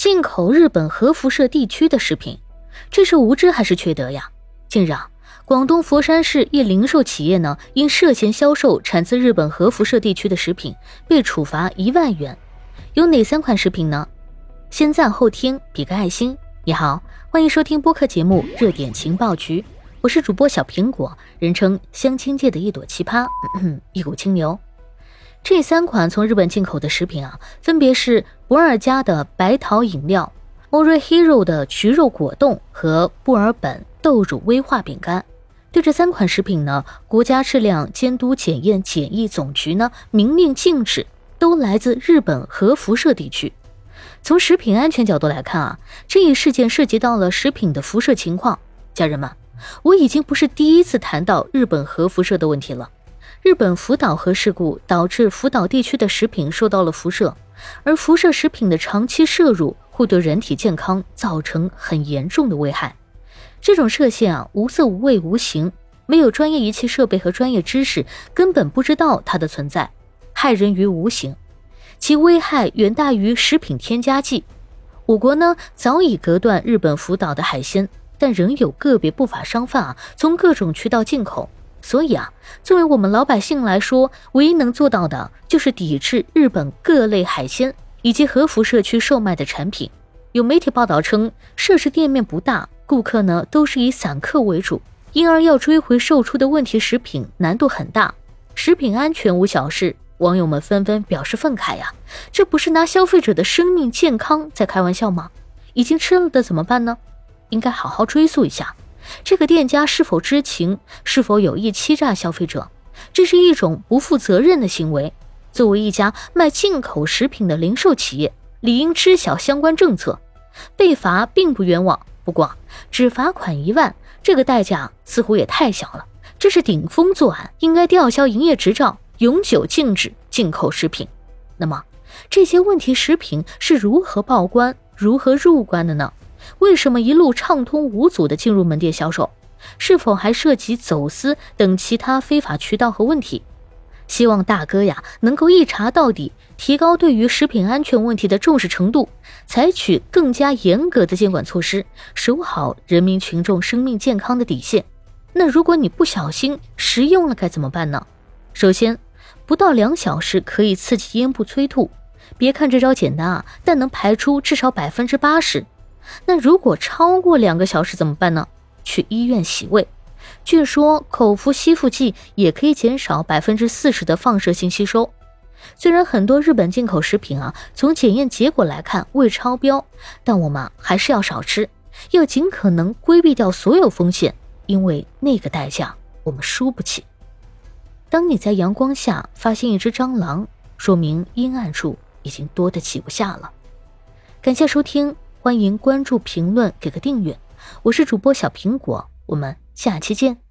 进口日本核辐射地区的食品，这是无知还是缺德呀？近日啊，广东佛山市一零售企业呢，因涉嫌销售产自日本核辐射地区的食品，被处罚1万元。有哪3款食品呢？先赞后听，比个爱心。你好，欢迎收听播客节目热点情报局，我是主播小苹果，人称相亲界的一朵奇葩，一股清流。这3款从日本进口的食品啊，分别是博尔家的白桃饮料、Ori Hero 的焗肉果冻和布尔本豆乳威化饼干。对这3款食品呢，国家质量监督检验检疫总局呢明令禁止，都来自日本核辐射地区。从食品安全角度来看啊，这一事件涉及到了食品的辐射情况。家人们，我已经不是第一次谈到日本核辐射的问题了。日本福岛核事故导致福岛地区的食品受到了辐射，而辐射食品的长期摄入会对人体健康造成很严重的危害。这种射线啊，无色无味无形，没有专业仪器设备和专业知识，根本不知道它的存在，害人于无形，其危害远大于食品添加剂。我国呢，早已隔断日本福岛的海鲜，但仍有个别不法商贩啊，从各种渠道进口。所以啊，作为我们老百姓来说，唯一能做到的就是抵制日本各类海鲜以及核辐射区售卖的产品。有媒体报道称，涉事店面不大，顾客呢都是以散客为主，因而要追回售出的问题食品难度很大。食品安全无小事，网友们纷纷表示愤慨呀，这不是拿消费者的生命健康在开玩笑吗？已经吃了的怎么办呢？应该好好追溯一下，这个店家是否知情，是否有意欺诈消费者，这是一种不负责任的行为。作为一家卖进口食品的零售企业，理应知晓相关政策，被罚并不冤枉。不过只罚款1万，这个代价似乎也太小了，这是顶风作案，应该吊销营业执照，永久禁止进口食品。那么这些问题食品是如何报关，如何入关的呢？为什么一路畅通无阻地进入门店销售？是否还涉及走私等其他非法渠道和问题？希望大哥呀能够一查到底，提高对于食品安全问题的重视程度，采取更加严格的监管措施，守好人民群众生命健康的底线。那如果你不小心食用了该怎么办呢？首先，不到2小时可以刺激咽部催吐，别看这招简单啊，但能排出至少 80%。那如果超过2个小时怎么办呢？去医院洗胃。据说口服吸附剂也可以减少 40% 的放射性吸收。虽然很多日本进口食品啊，从检验结果来看未超标，但我们还是要少吃，要尽可能规避掉所有风险，因为那个代价我们输不起。当你在阳光下发现一只蟑螂，说明阴暗处已经多得挤不下了。感谢收听，欢迎关注评论给个订阅，我是主播小苹果，我们下期见。